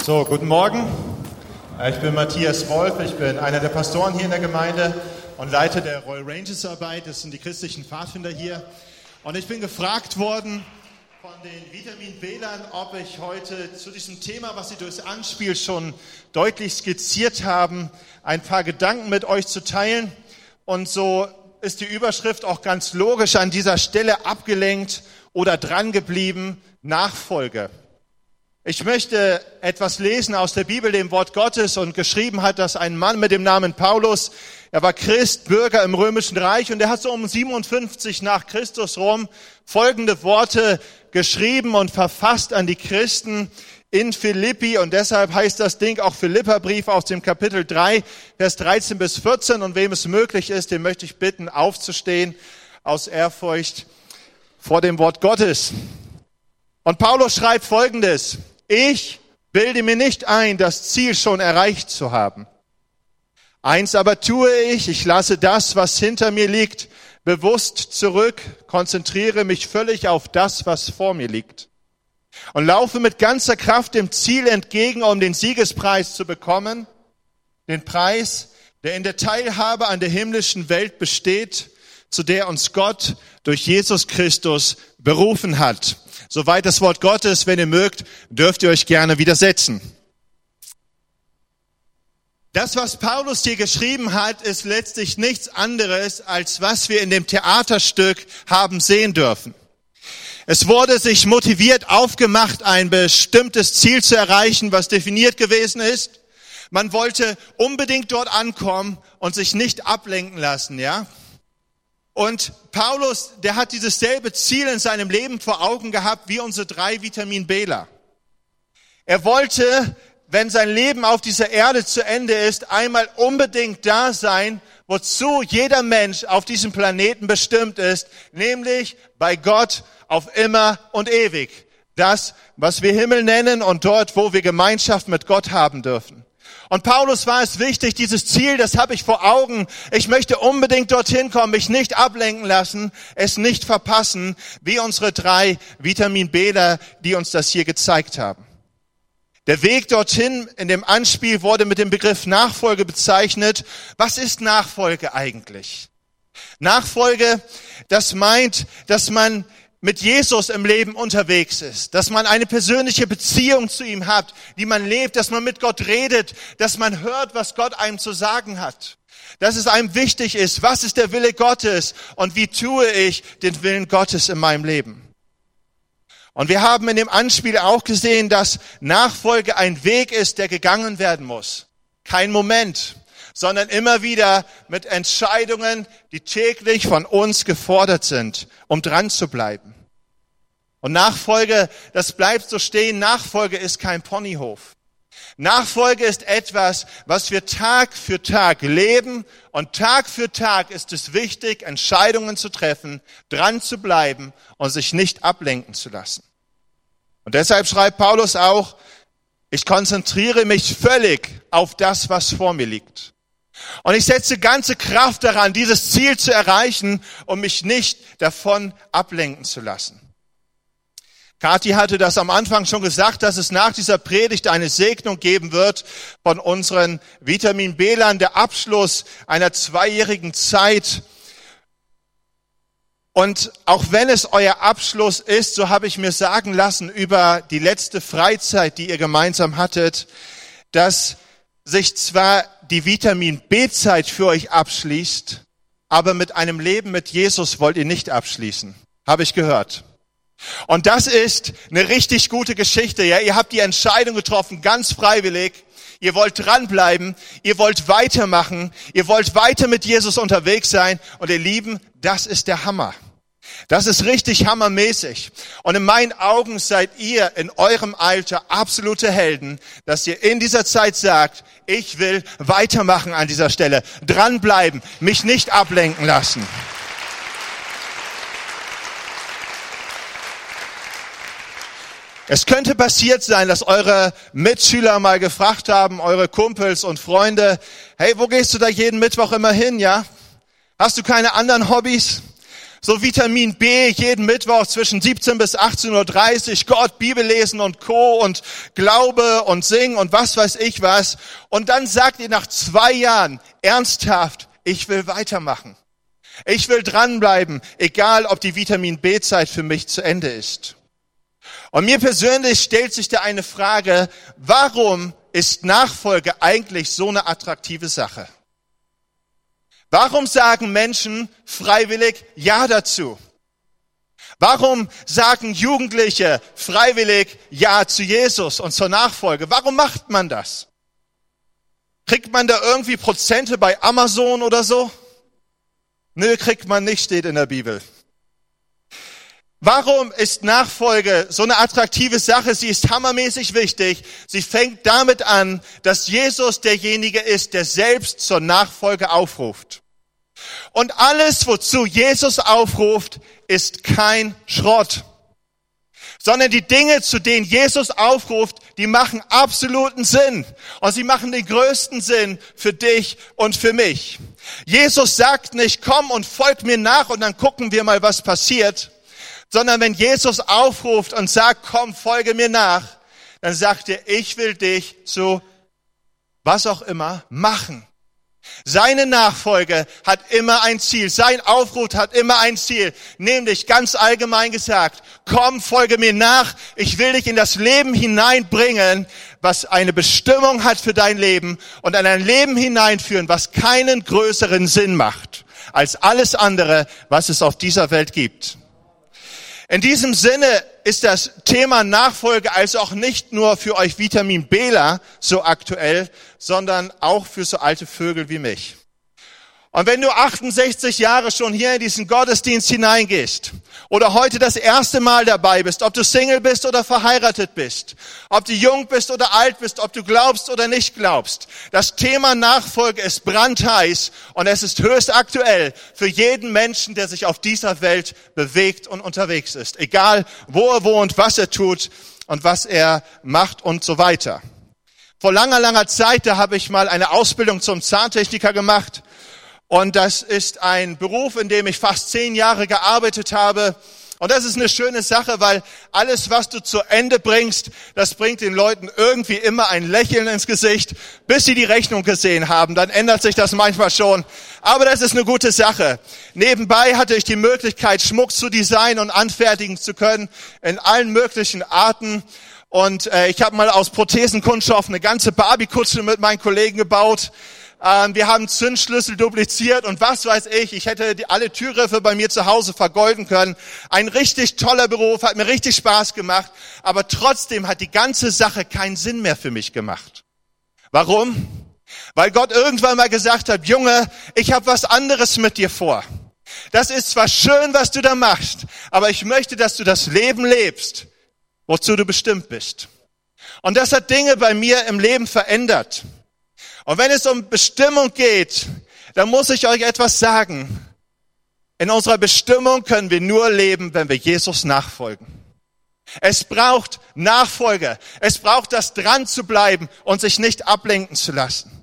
So, guten Morgen. Ich bin Matthias Wolf, ich bin einer der Pastoren hier in der Gemeinde und Leiter der Royal Rangers Arbeit. Das sind die christlichen Pfadfinder hier. Und ich bin gefragt worden von den Vitamin-Wählern, ob ich heute zu diesem Thema, was sie durchs Anspiel schon deutlich skizziert haben, ein paar Gedanken mit euch zu teilen. Und so ist die Überschrift auch ganz logisch an dieser Stelle abgelenkt oder dran geblieben: Nachfolge. Ich möchte etwas lesen aus der Bibel, dem Wort Gottes, und geschrieben hat das ein Mann mit dem Namen Paulus. Er war Christ, Bürger im Römischen Reich, und er hat so um 57 nach Christus rum folgende Worte geschrieben und verfasst an die Christen in Philippi, und deshalb heißt das Ding auch Philipperbrief aus dem Kapitel 3, Vers 13 bis 14, und wem es möglich ist, den möchte ich bitten, aufzustehen aus Ehrfurcht vor dem Wort Gottes. Und Paulus schreibt Folgendes: Ich bilde mir nicht ein, das Ziel schon erreicht zu haben. Eins aber tue ich lasse das, was hinter mir liegt, bewusst zurück, konzentriere mich völlig auf das, was vor mir liegt und laufe mit ganzer Kraft dem Ziel entgegen, um den Siegespreis zu bekommen, den Preis, der in der Teilhabe an der himmlischen Welt besteht, zu der uns Gott durch Jesus Christus berufen hat. Soweit das Wort Gottes. Wenn ihr mögt, dürft ihr euch gerne widersetzen. Das, was Paulus hier geschrieben hat, ist letztlich nichts anderes, als was wir in dem Theaterstück haben sehen dürfen. Es wurde sich motiviert aufgemacht, ein bestimmtes Ziel zu erreichen, was definiert gewesen ist. Man wollte unbedingt dort ankommen und sich nicht ablenken lassen, ja? Und Paulus, der hat dieses selbe Ziel in seinem Leben vor Augen gehabt wie unsere 3 Vitamin-Bler. Er wollte, wenn sein Leben auf dieser Erde zu Ende ist, einmal unbedingt da sein, wozu jeder Mensch auf diesem Planeten bestimmt ist, nämlich bei Gott auf immer und ewig. Das, was wir Himmel nennen, und dort, wo wir Gemeinschaft mit Gott haben dürfen. Und Paulus war es wichtig, dieses Ziel, das habe ich vor Augen. Ich möchte unbedingt dorthin kommen, mich nicht ablenken lassen, es nicht verpassen, wie unsere 3 Vitamin-Bler, die uns das hier gezeigt haben. Der Weg dorthin in dem Anspiel wurde mit dem Begriff Nachfolge bezeichnet. Was ist Nachfolge eigentlich? Nachfolge, das meint, dass man mit Jesus im Leben unterwegs ist, dass man eine persönliche Beziehung zu ihm hat, die man lebt, dass man mit Gott redet, dass man hört, was Gott einem zu sagen hat, dass es einem wichtig ist, was ist der Wille Gottes und wie tue ich den Willen Gottes in meinem Leben. Und wir haben in dem Anspiel auch gesehen, dass Nachfolge ein Weg ist, der gegangen werden muss. Kein Moment, sondern immer wieder mit Entscheidungen, die täglich von uns gefordert sind, um dran zu bleiben. Und Nachfolge, das bleibt so stehen, Nachfolge ist kein Ponyhof. Nachfolge ist etwas, was wir Tag für Tag leben, und Tag für Tag ist es wichtig, Entscheidungen zu treffen, dran zu bleiben und sich nicht ablenken zu lassen. Und deshalb schreibt Paulus auch: Ich konzentriere mich völlig auf das, was vor mir liegt. Und ich setze ganze Kraft daran, dieses Ziel zu erreichen, um mich nicht davon ablenken zu lassen. Kathi hatte das am Anfang schon gesagt, dass es nach dieser Predigt eine Segnung geben wird von unseren Vitamin-Blern, der Abschluss einer 2-jährigen Zeit. Und auch wenn es euer Abschluss ist, so habe ich mir sagen lassen über die letzte Freizeit, die ihr gemeinsam hattet, dass sich zwar die Vitamin-B-Zeit für euch abschließt, aber mit einem Leben mit Jesus wollt ihr nicht abschließen, habe ich gehört. Und das ist eine richtig gute Geschichte. Ja, ihr habt die Entscheidung getroffen, ganz freiwillig. Ihr wollt dranbleiben, ihr wollt weitermachen, ihr wollt weiter mit Jesus unterwegs sein. Und ihr Lieben, das ist der Hammer. Das ist richtig hammermäßig. Und in meinen Augen seid ihr in eurem Alter absolute Helden, dass ihr in dieser Zeit sagt: Ich will weitermachen an dieser Stelle, dranbleiben, mich nicht ablenken lassen. Es könnte passiert sein, dass eure Mitschüler mal gefragt haben, eure Kumpels und Freunde: Hey, wo gehst du da jeden Mittwoch immer hin, ja? Hast du keine anderen Hobbys? So Vitamin B jeden Mittwoch zwischen 17 bis 18:30 Uhr, Gott, Bibel lesen und Co. und Glaube und Singen und was weiß ich was. Und dann sagt ihr nach 2 Jahren ernsthaft, ich will weitermachen. Ich will dranbleiben, egal ob die Vitamin B-Zeit für mich zu Ende ist. Und mir persönlich stellt sich da eine Frage, warum ist Nachfolge eigentlich so eine attraktive Sache? Warum sagen Menschen freiwillig Ja dazu? Warum sagen Jugendliche freiwillig Ja zu Jesus und zur Nachfolge? Warum macht man das? Kriegt man da irgendwie Prozente bei Amazon oder so? Nö, kriegt man nicht, steht in der Bibel. Warum ist Nachfolge so eine attraktive Sache? Sie ist hammermäßig wichtig. Sie fängt damit an, dass Jesus derjenige ist, der selbst zur Nachfolge aufruft. Und alles, wozu Jesus aufruft, ist kein Schrott. Sondern die Dinge, zu denen Jesus aufruft, die machen absoluten Sinn. Und sie machen den größten Sinn für dich und für mich. Jesus sagt nicht, komm und folg mir nach und dann gucken wir mal, was passiert. Sondern wenn Jesus aufruft und sagt, komm, folge mir nach, dann sagt er, ich will dich zu was auch immer machen. Seine Nachfolge hat immer ein Ziel. Sein Aufruf hat immer ein Ziel. Nämlich ganz allgemein gesagt, komm, folge mir nach. Ich will dich in das Leben hineinbringen, was eine Bestimmung hat für dein Leben und in ein Leben hineinführen, was keinen größeren Sinn macht als alles andere, was es auf dieser Welt gibt. In diesem Sinne ist das Thema Nachfolge also auch nicht nur für euch Vitamin Bler so aktuell, sondern auch für so alte Vögel wie mich. Und wenn du 68 Jahre schon hier in diesen Gottesdienst hineingehst oder heute das erste Mal dabei bist, ob du Single bist oder verheiratet bist, ob du jung bist oder alt bist, ob du glaubst oder nicht glaubst, das Thema Nachfolge ist brandheiß und es ist höchst aktuell für jeden Menschen, der sich auf dieser Welt bewegt und unterwegs ist. Egal, wo er wohnt, was er tut und was er macht und so weiter. Vor langer, langer Zeit, da habe ich mal eine Ausbildung zum Zahntechniker gemacht. Und das ist ein Beruf, in dem ich fast 10 Jahre gearbeitet habe. Und das ist eine schöne Sache, weil alles, was du zu Ende bringst, das bringt den Leuten irgendwie immer ein Lächeln ins Gesicht, bis sie die Rechnung gesehen haben. Dann ändert sich das manchmal schon. Aber das ist eine gute Sache. Nebenbei hatte ich die Möglichkeit, Schmuck zu designen und anfertigen zu können in allen möglichen Arten. Und ich habe mal aus Prothesenkunststoff eine ganze Barbie-Kutsche mit meinen Kollegen gebaut. Wir haben Zündschlüssel dupliziert und was weiß ich. Ich hätte alle Türgriffe bei mir zu Hause vergolden können. Ein richtig toller Beruf, hat mir richtig Spaß gemacht. Aber trotzdem hat die ganze Sache keinen Sinn mehr für mich gemacht. Warum? Weil Gott irgendwann mal gesagt hat, Junge, ich habe was anderes mit dir vor. Das ist zwar schön, was du da machst, aber ich möchte, dass du das Leben lebst, wozu du bestimmt bist. Und das hat Dinge bei mir im Leben verändert. Und wenn es um Bestimmung geht, dann muss ich euch etwas sagen. In unserer Bestimmung können wir nur leben, wenn wir Jesus nachfolgen. Es braucht Nachfolge. Es braucht das dran zu bleiben und sich nicht ablenken zu lassen.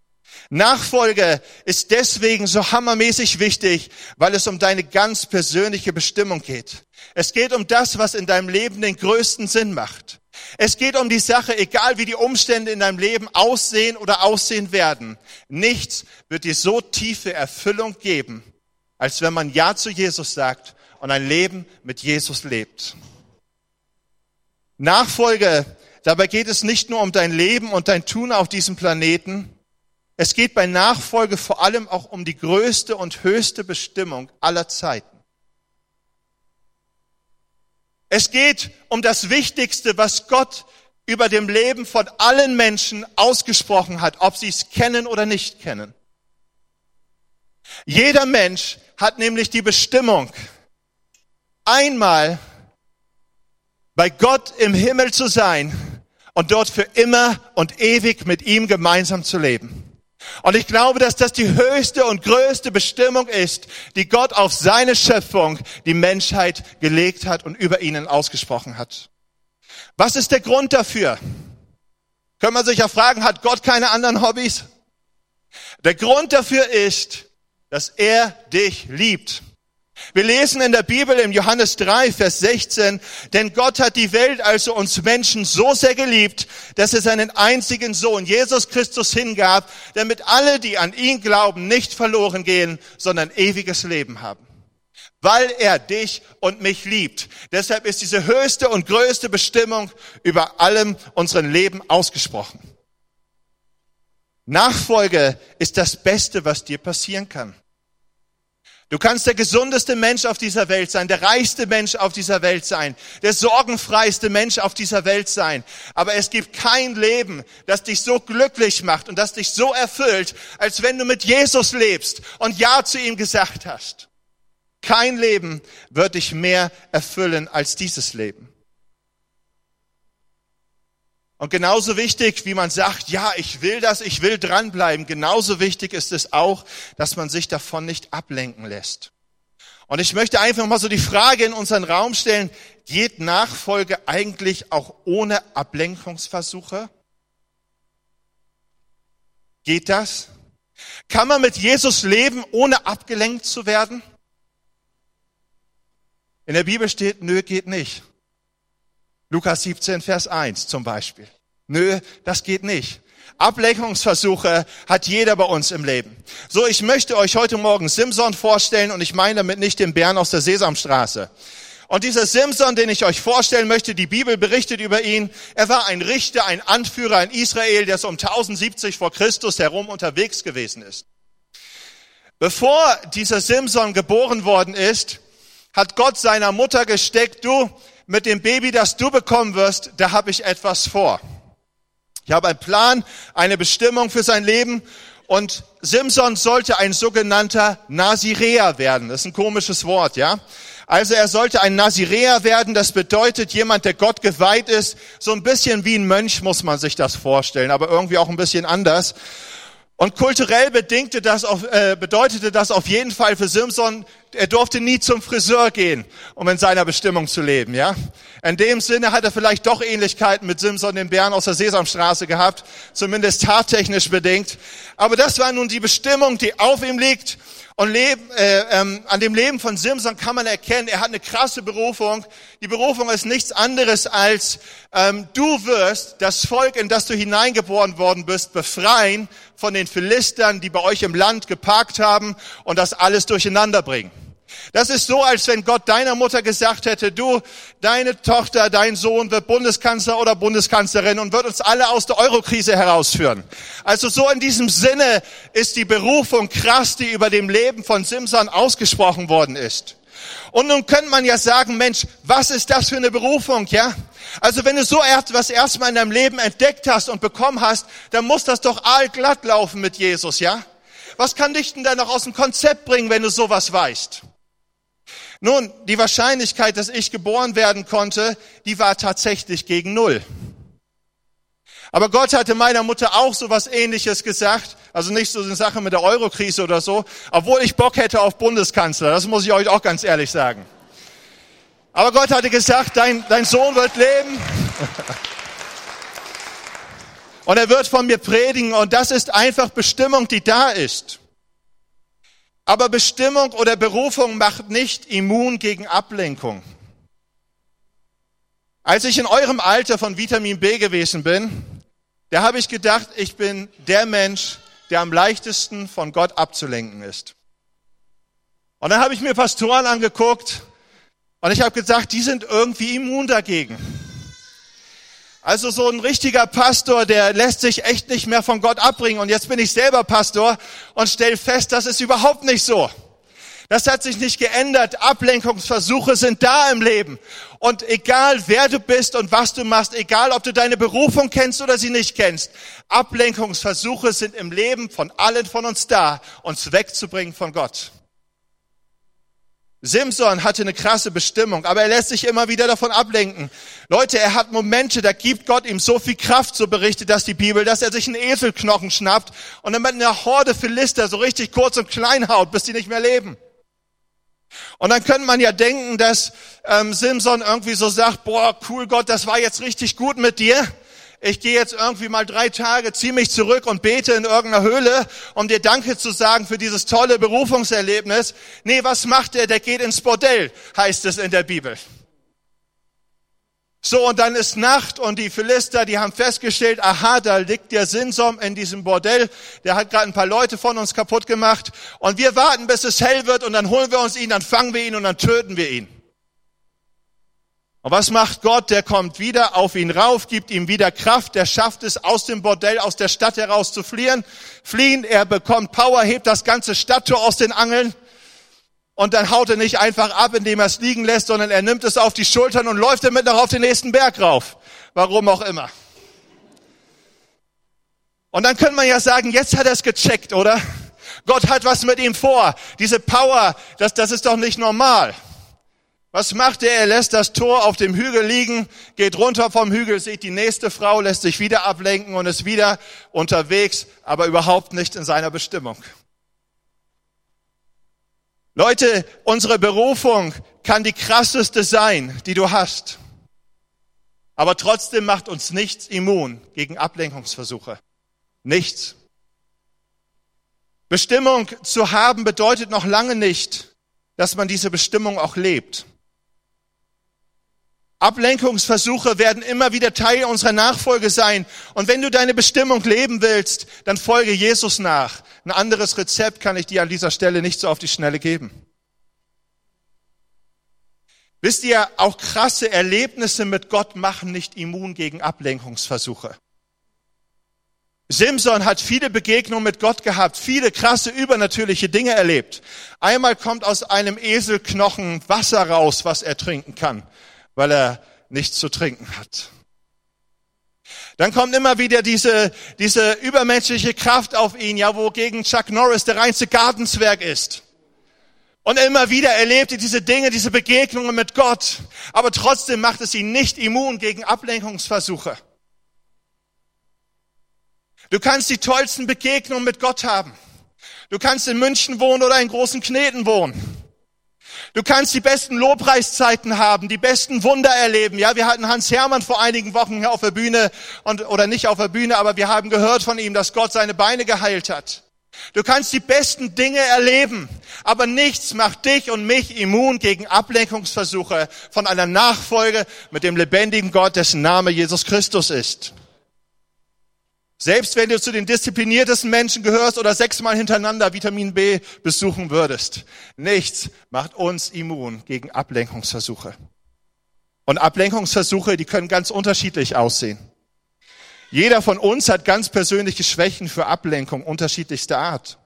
Nachfolge ist deswegen so hammermäßig wichtig, weil es um deine ganz persönliche Bestimmung geht. Es geht um das, was in deinem Leben den größten Sinn macht. Es geht um die Sache, egal wie die Umstände in deinem Leben aussehen oder aussehen werden. Nichts wird dir so tiefe Erfüllung geben, als wenn man Ja zu Jesus sagt und ein Leben mit Jesus lebt. Nachfolge, dabei geht es nicht nur um dein Leben und dein Tun auf diesem Planeten. Es geht bei Nachfolge vor allem auch um die größte und höchste Bestimmung aller Zeiten. Es geht um das Wichtigste, was Gott über dem Leben von allen Menschen ausgesprochen hat, ob sie es kennen oder nicht kennen. Jeder Mensch hat nämlich die Bestimmung, einmal bei Gott im Himmel zu sein und dort für immer und ewig mit ihm gemeinsam zu leben. Und ich glaube, dass das die höchste und größte Bestimmung ist, die Gott auf seine Schöpfung, die Menschheit, gelegt hat und über ihnen ausgesprochen hat. Was ist der Grund dafür? Kann man sich ja fragen, hat Gott keine anderen Hobbys? Der Grund dafür ist, dass er dich liebt. Wir lesen in der Bibel im Johannes 3, Vers 16, denn Gott hat die Welt, also uns Menschen, so sehr geliebt, dass er seinen einzigen Sohn, Jesus Christus, hingab, damit alle, die an ihn glauben, nicht verloren gehen, sondern ewiges Leben haben. Weil er dich und mich liebt. Deshalb ist diese höchste und größte Bestimmung über allem unserem Leben ausgesprochen. Nachfolge ist das Beste, was dir passieren kann. Du kannst der gesundeste Mensch auf dieser Welt sein, der reichste Mensch auf dieser Welt sein, der sorgenfreiste Mensch auf dieser Welt sein. Aber es gibt kein Leben, das dich so glücklich macht und das dich so erfüllt, als wenn du mit Jesus lebst und Ja zu ihm gesagt hast. Kein Leben wird dich mehr erfüllen als dieses Leben. Und genauso wichtig, wie man sagt, ja, ich will das, ich will dranbleiben, genauso wichtig ist es auch, dass man sich davon nicht ablenken lässt. Und ich möchte einfach mal so die Frage in unseren Raum stellen, geht Nachfolge eigentlich auch ohne Ablenkungsversuche? Geht das? Kann man mit Jesus leben, ohne abgelenkt zu werden? In der Bibel steht, nö, geht nicht. Lukas 17, Vers 1 zum Beispiel. Nö, das geht nicht. Ablenkungsversuche hat jeder bei uns im Leben. So, ich möchte euch heute Morgen Simson vorstellen und ich meine damit nicht den Bären aus der Sesamstraße. Und dieser Simson, den ich euch vorstellen möchte, die Bibel berichtet über ihn, er war ein Richter, ein Anführer in Israel, der so um 1070 vor Christus herum unterwegs gewesen ist. Bevor dieser Simson geboren worden ist, hat Gott seiner Mutter gesteckt, du, mit dem Baby, das du bekommen wirst, da habe ich etwas vor. Ich habe einen Plan, eine Bestimmung für sein Leben und Simson sollte ein sogenannter Naziräer werden. Das ist ein komisches Wort, ja. Also er sollte ein Naziräer werden, das bedeutet jemand, der Gott geweiht ist. So ein bisschen wie ein Mönch muss man sich das vorstellen, aber irgendwie auch ein bisschen anders. Und kulturell bedeutete das auf jeden Fall für Simson, er durfte nie zum Friseur gehen, um in seiner Bestimmung zu leben, ja. In dem Sinne hat er vielleicht doch Ähnlichkeiten mit Simson, dem Bären aus der Sesamstraße gehabt, zumindest haartechnisch bedingt. Aber das war nun die Bestimmung, die auf ihm liegt. Und an dem Leben von Simson kann man erkennen, er hat eine krasse Berufung. Die Berufung ist nichts anderes als, du wirst das Volk, in das du hineingeboren worden bist, befreien von den Philistern, die bei euch im Land geparkt haben und das alles durcheinander bringen. Das ist so, als wenn Gott deiner Mutter gesagt hätte, du, deine Tochter, dein Sohn wird Bundeskanzler oder Bundeskanzlerin und wird uns alle aus der Eurokrise herausführen. Also so in diesem Sinne ist die Berufung krass, die über dem Leben von Simson ausgesprochen worden ist. Und nun könnte man ja sagen, Mensch, was ist das für eine Berufung, ja? Also wenn du so etwas erstmal in deinem Leben entdeckt hast und bekommen hast, dann muss das doch allglatt laufen mit Jesus, ja? Was kann dich denn da noch aus dem Konzept bringen, wenn du sowas weißt? Nun, die Wahrscheinlichkeit, dass ich geboren werden konnte, die war tatsächlich gegen 0. Aber Gott hatte meiner Mutter auch so was Ähnliches gesagt, also nicht so eine Sache mit der Eurokrise oder so, obwohl ich Bock hätte auf Bundeskanzler, das muss ich euch auch ganz ehrlich sagen. Aber Gott hatte gesagt, dein Sohn wird leben und er wird von mir predigen und das ist einfach Bestimmung, die da ist. Aber Bestimmung oder Berufung macht nicht immun gegen Ablenkung. Als ich in eurem Alter von Vitamin B gewesen bin, da habe ich gedacht, ich bin der Mensch, der am leichtesten von Gott abzulenken ist. Und dann habe ich mir Pastoren angeguckt und ich habe gesagt, die sind irgendwie immun dagegen. Also so ein richtiger Pastor, der lässt sich echt nicht mehr von Gott abbringen. Und jetzt bin ich selber Pastor und stelle fest, das ist überhaupt nicht so. Das hat sich nicht geändert. Ablenkungsversuche sind da im Leben. Und egal wer du bist und was du machst, egal ob du deine Berufung kennst oder sie nicht kennst, Ablenkungsversuche sind im Leben von allen von uns da, uns wegzubringen von Gott. Simson hatte eine krasse Bestimmung, aber er lässt sich immer wieder davon ablenken. Leute, er hat Momente, da gibt Gott ihm so viel Kraft, so berichtet das die Bibel, dass er sich einen Eselknochen schnappt und dann mit einer Horde Philister so richtig kurz und klein haut, bis die nicht mehr leben. Und dann könnte man ja denken, dass Simson irgendwie so sagt, boah, cool Gott, das war jetzt richtig gut mit dir. ich gehe jetzt irgendwie mal 3 Tage, ziehe mich zurück und bete in irgendeiner Höhle, um dir Danke zu sagen für dieses tolle Berufungserlebnis. Nee, was macht er? Der geht ins Bordell, heißt es in der Bibel. So, und dann ist Nacht und die Philister, die haben festgestellt, aha, da liegt der Simson in diesem Bordell, der hat gerade ein paar Leute von uns kaputt gemacht und wir warten, bis es hell wird und dann holen wir uns ihn, dann fangen wir ihn und dann töten wir ihn. Und was macht Gott? Der kommt wieder auf ihn rauf, gibt ihm wieder Kraft, der schafft es, aus dem Bordell, aus der Stadt heraus zu fliehen, er bekommt Power, hebt das ganze Stadttor aus den Angeln. Und dann haut er nicht einfach ab, indem er es liegen lässt, sondern er nimmt es auf die Schultern und läuft damit noch auf den nächsten Berg rauf. Warum auch immer. Und dann könnte man ja sagen, jetzt hat er es gecheckt, oder? Gott hat was mit ihm vor. Diese Power, das ist doch nicht normal. Was macht er? Er lässt das Tor auf dem Hügel liegen, geht runter vom Hügel, sieht die nächste Frau, lässt sich wieder ablenken und ist wieder unterwegs, aber überhaupt nicht in seiner Bestimmung. Leute, unsere Berufung kann die krasseste sein, die du hast. Aber trotzdem macht uns nichts immun gegen Ablenkungsversuche. Nichts. Bestimmung zu haben bedeutet noch lange nicht, dass man diese Bestimmung auch lebt. Ablenkungsversuche werden immer wieder Teil unserer Nachfolge sein. Und wenn du deine Bestimmung leben willst, dann folge Jesus nach. Ein anderes Rezept kann ich dir an dieser Stelle nicht so auf die Schnelle geben. Wisst ihr, auch krasse Erlebnisse mit Gott machen nicht immun gegen Ablenkungsversuche. Simson hat viele Begegnungen mit Gott gehabt, viele krasse übernatürliche Dinge erlebt. Einmal kommt aus einem Eselknochen Wasser raus, was er trinken kann, weil er nichts zu trinken hat. Dann kommt immer wieder diese übermenschliche Kraft auf ihn, ja, wogegen Chuck Norris der reinste Gartenzwerg ist. Und immer wieder erlebt er diese Dinge, diese Begegnungen mit Gott. Aber trotzdem macht es ihn nicht immun gegen Ablenkungsversuche. Du kannst die tollsten Begegnungen mit Gott haben. Du kannst in München wohnen oder in Großen Kneten wohnen. Du kannst die besten Lobpreiszeiten haben, die besten Wunder erleben. Ja, wir hatten Hans Hermann vor einigen Wochen hier auf der Bühne oder nicht auf der Bühne, aber wir haben gehört von ihm, dass Gott seine Beine geheilt hat. Du kannst die besten Dinge erleben, aber nichts macht dich und mich immun gegen Ablenkungsversuche von einer Nachfolge mit dem lebendigen Gott, dessen Name Jesus Christus ist. Selbst wenn du zu den diszipliniertesten Menschen gehörst oder 6-mal hintereinander Vitamin B besuchen würdest, nichts macht uns immun gegen Ablenkungsversuche. Und Ablenkungsversuche, die können ganz unterschiedlich aussehen. Jeder von uns hat ganz persönliche Schwächen für Ablenkung unterschiedlichster Art.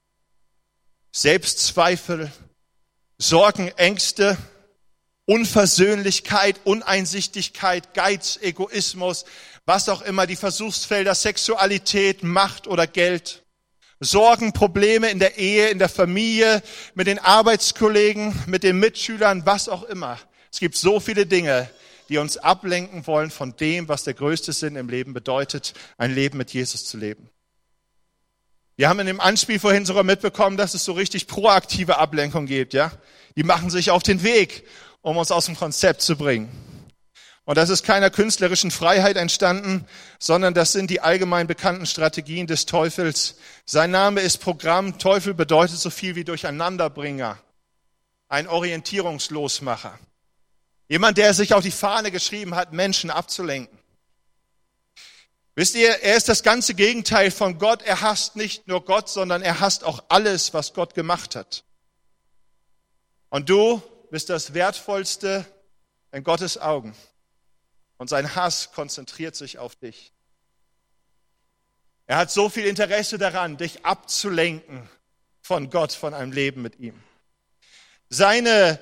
Selbstzweifel, Sorgen, Ängste, Unversöhnlichkeit, Uneinsichtigkeit, Geiz, Egoismus, was auch immer, die Versuchsfelder Sexualität, Macht oder Geld, Sorgen, Probleme in der Ehe, in der Familie, mit den Arbeitskollegen, mit den Mitschülern, was auch immer. Es gibt so viele Dinge, die uns ablenken wollen von dem, was der größte Sinn im Leben bedeutet, ein Leben mit Jesus zu leben. Wir haben in dem Anspiel vorhin sogar mitbekommen, dass es so richtig proaktive Ablenkung gibt, ja? Die machen sich auf den Weg, um uns aus dem Konzept zu bringen. Und das ist keiner künstlerischen Freiheit entstanden, sondern das sind die allgemein bekannten Strategien des Teufels. Sein Name ist Programm. Teufel bedeutet so viel wie Durcheinanderbringer, ein Orientierungslosmacher. Jemand, der sich auf die Fahne geschrieben hat, Menschen abzulenken. Wisst ihr, er ist das ganze Gegenteil von Gott. Er hasst nicht nur Gott, sondern er hasst auch alles, was Gott gemacht hat. Und du bist das Wertvollste in Gottes Augen. Und sein Hass konzentriert sich auf dich. Er hat so viel Interesse daran, dich abzulenken von Gott, von einem Leben mit ihm. Seine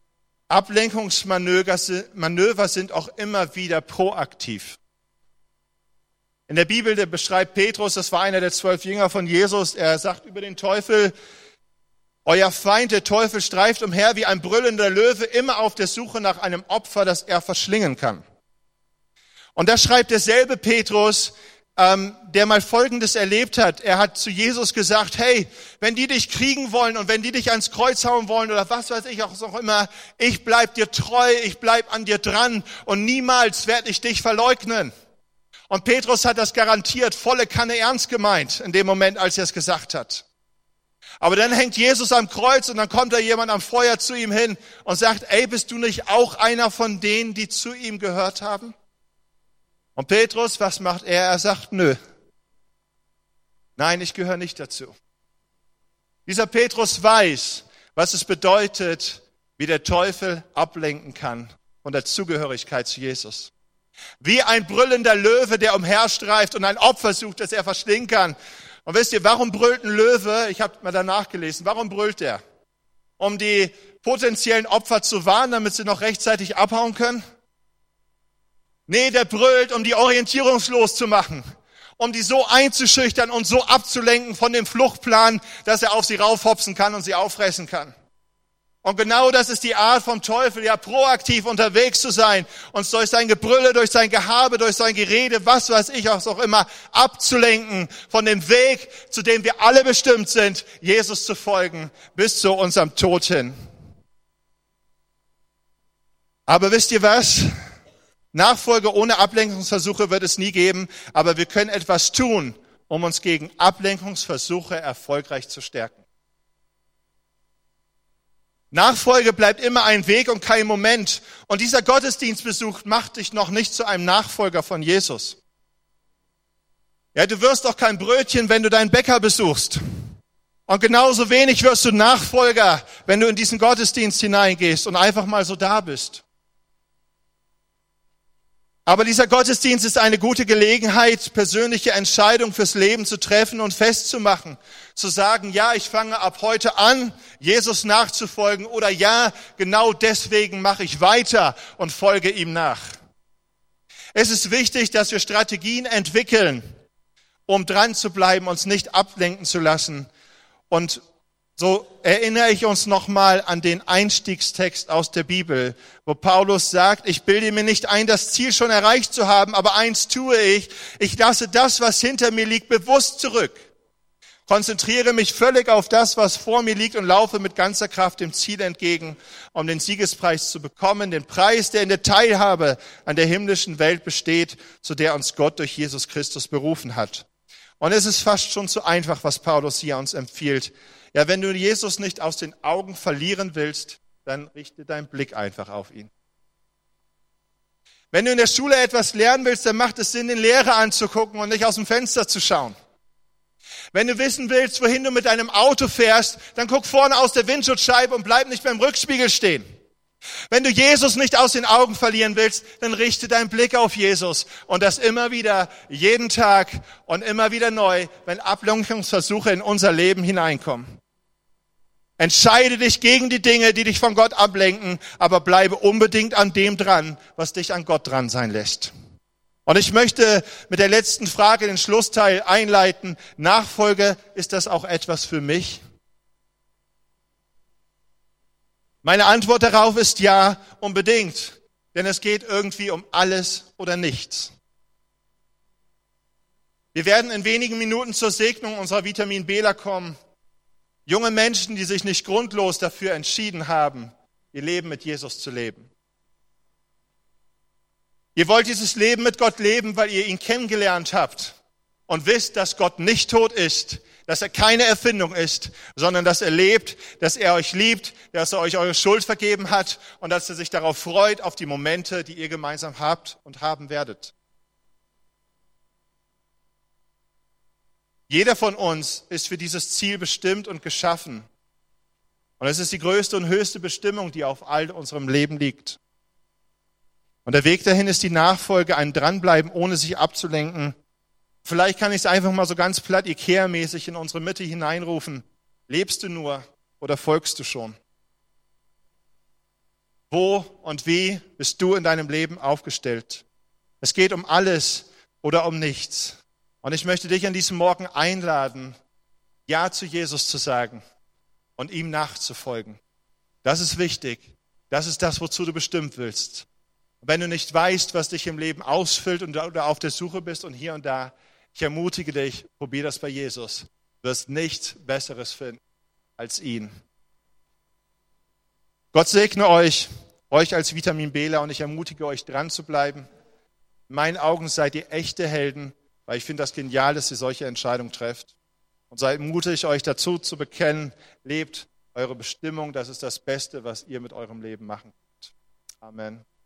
Ablenkungsmanöver sind auch immer wieder proaktiv. In der Bibel beschreibt Petrus, das war einer der 12 Jünger von Jesus, er sagt über den Teufel, euer Feind, der Teufel, streift umher wie ein brüllender Löwe, immer auf der Suche nach einem Opfer, das er verschlingen kann. Und da schreibt derselbe Petrus, der mal Folgendes erlebt hat. Er hat zu Jesus gesagt, hey, wenn die dich kriegen wollen und wenn die dich ans Kreuz hauen wollen oder was weiß ich auch immer, ich bleib dir treu, ich bleib an dir dran und niemals werde ich dich verleugnen. Und Petrus hat das garantiert volle Kanne ernst gemeint, in dem Moment, als er es gesagt hat. Aber dann hängt Jesus am Kreuz und dann kommt da jemand am Feuer zu ihm hin und sagt, ey, bist du nicht auch einer von denen, die zu ihm gehört haben? Und Petrus, was macht er? Er sagt, nö. Nein, ich gehöre nicht dazu. Dieser Petrus weiß, was es bedeutet, wie der Teufel ablenken kann von der Zugehörigkeit zu Jesus. Wie ein brüllender Löwe, der umherstreift und ein Opfer sucht, das er verschlingen kann. Und wisst ihr, warum brüllt ein Löwe? Ich habe mal danach gelesen. Warum brüllt er? Um die potenziellen Opfer zu warnen, damit sie noch rechtzeitig abhauen können? Nee, der brüllt, um die orientierungslos zu machen. Um die so einzuschüchtern und so abzulenken von dem Fluchtplan, dass er auf sie raufhopsen kann und sie auffressen kann. Und genau das ist die Art vom Teufel, ja, proaktiv unterwegs zu sein, uns durch sein Gebrülle, durch sein Gehabe, durch sein Gerede, was weiß ich auch immer, abzulenken von dem Weg, zu dem wir alle bestimmt sind, Jesus zu folgen, bis zu unserem Tod hin. Aber wisst ihr was? Nachfolge ohne Ablenkungsversuche wird es nie geben, aber wir können etwas tun, um uns gegen Ablenkungsversuche erfolgreich zu stärken. Nachfolge bleibt immer ein Weg und kein Moment. Und dieser Gottesdienstbesuch macht dich noch nicht zu einem Nachfolger von Jesus. Ja, du wirst doch kein Brötchen, wenn du deinen Bäcker besuchst. Und genauso wenig wirst du Nachfolger, wenn du in diesen Gottesdienst hineingehst und einfach mal so da bist. Aber dieser Gottesdienst ist eine gute Gelegenheit, persönliche Entscheidungen fürs Leben zu treffen und festzumachen. Zu sagen, ja, ich fange ab heute an, Jesus nachzufolgen, oder ja, genau deswegen mache ich weiter und folge ihm nach. Es ist wichtig, dass wir Strategien entwickeln, um dran zu bleiben, uns nicht ablenken zu lassen. Und so erinnere ich uns nochmal an den Einstiegstext aus der Bibel, wo Paulus sagt, ich bilde mir nicht ein, das Ziel schon erreicht zu haben, aber eins tue ich lasse das, was hinter mir liegt, bewusst zurück. Konzentriere mich völlig auf das, was vor mir liegt und laufe mit ganzer Kraft dem Ziel entgegen, um den Siegespreis zu bekommen, den Preis, der in der Teilhabe an der himmlischen Welt besteht, zu der uns Gott durch Jesus Christus berufen hat. Und es ist fast schon zu einfach, was Paulus hier uns empfiehlt. Ja, wenn du Jesus nicht aus den Augen verlieren willst, dann richte deinen Blick einfach auf ihn. Wenn du in der Schule etwas lernen willst, dann macht es Sinn, den Lehrer anzugucken und nicht aus dem Fenster zu schauen. Wenn du wissen willst, wohin du mit deinem Auto fährst, dann guck vorne aus der Windschutzscheibe und bleib nicht beim Rückspiegel stehen. Wenn du Jesus nicht aus den Augen verlieren willst, dann richte deinen Blick auf Jesus und das immer wieder, jeden Tag und immer wieder neu, wenn Ablenkungsversuche in unser Leben hineinkommen. Entscheide dich gegen die Dinge, die dich von Gott ablenken, aber bleibe unbedingt an dem dran, was dich an Gott dran sein lässt. Und ich möchte mit der letzten Frage den Schlussteil einleiten. Nachfolge, ist das auch etwas für mich? Meine Antwort darauf ist ja, unbedingt. Denn es geht irgendwie um alles oder nichts. Wir werden in wenigen Minuten zur Segnung unserer Vitamin Bela kommen. Junge Menschen, die sich nicht grundlos dafür entschieden haben, ihr Leben mit Jesus zu leben. Ihr wollt dieses Leben mit Gott leben, weil ihr ihn kennengelernt habt und wisst, dass Gott nicht tot ist, dass er keine Erfindung ist, sondern dass er lebt, dass er euch liebt, dass er euch eure Schuld vergeben hat und dass er sich darauf freut, auf die Momente, die ihr gemeinsam habt und haben werdet. Jeder von uns ist für dieses Ziel bestimmt und geschaffen. Und es ist die größte und höchste Bestimmung, die auf all unserem Leben liegt. Und der Weg dahin ist die Nachfolge, ein Dranbleiben, ohne sich abzulenken. Vielleicht kann ich es einfach mal so ganz platt Ikea-mäßig in unsere Mitte hineinrufen. Lebst du nur oder folgst du schon? Wo und wie bist du in deinem Leben aufgestellt? Es geht um alles oder um nichts. Und ich möchte dich an diesem Morgen einladen, Ja zu Jesus zu sagen und ihm nachzufolgen. Das ist wichtig. Das ist das, wozu du bestimmt willst. Und wenn du nicht weißt, was dich im Leben ausfüllt und du auf der Suche bist und hier und da, ich ermutige dich, probier das bei Jesus. Du wirst nichts Besseres finden als ihn. Gott segne euch als Vitamin Bela und ich ermutige euch, dran zu bleiben. In meinen Augen seid ihr echte Helden, weil ich finde das genial, dass ihr solche Entscheidungen trefft. Und seid mutig, euch dazu zu bekennen, lebt eure Bestimmung, das ist das Beste, was ihr mit eurem Leben machen könnt. Amen.